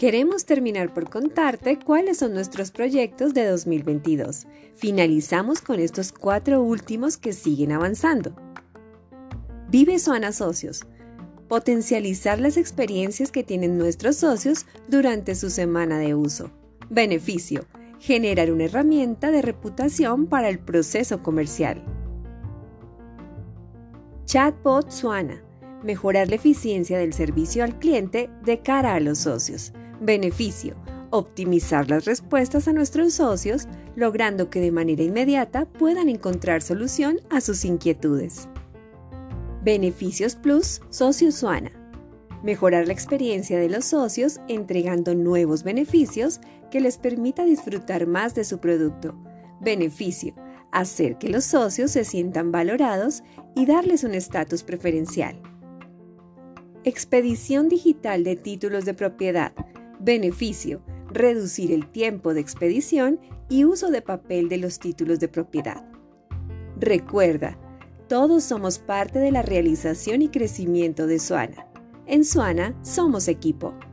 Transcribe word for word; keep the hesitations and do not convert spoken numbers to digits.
Queremos terminar por contarte cuáles son nuestros proyectos de dos mil veintidós. Finalizamos con estos cuatro últimos que siguen avanzando. Vive Suana Socios. Potencializar las experiencias que tienen nuestros socios durante su semana de uso. Beneficio: generar una herramienta de reputación para el proceso comercial. Chatbot Suana. Mejorar la eficiencia del servicio al cliente de cara a los socios. Beneficio: optimizar las respuestas a nuestros socios, logrando que de manera inmediata puedan encontrar solución a sus inquietudes. Beneficios Plus Socio Suana. Mejorar la experiencia de los socios entregando nuevos beneficios que les permita disfrutar más de su producto. Beneficio: hacer que los socios se sientan valorados y darles un estatus preferencial. Expedición digital de títulos de propiedad. Beneficio: reducir el tiempo de expedición y uso de papel de los títulos de propiedad. Recuerda, todos somos parte de la realización y crecimiento de Suana. En Suana somos equipo.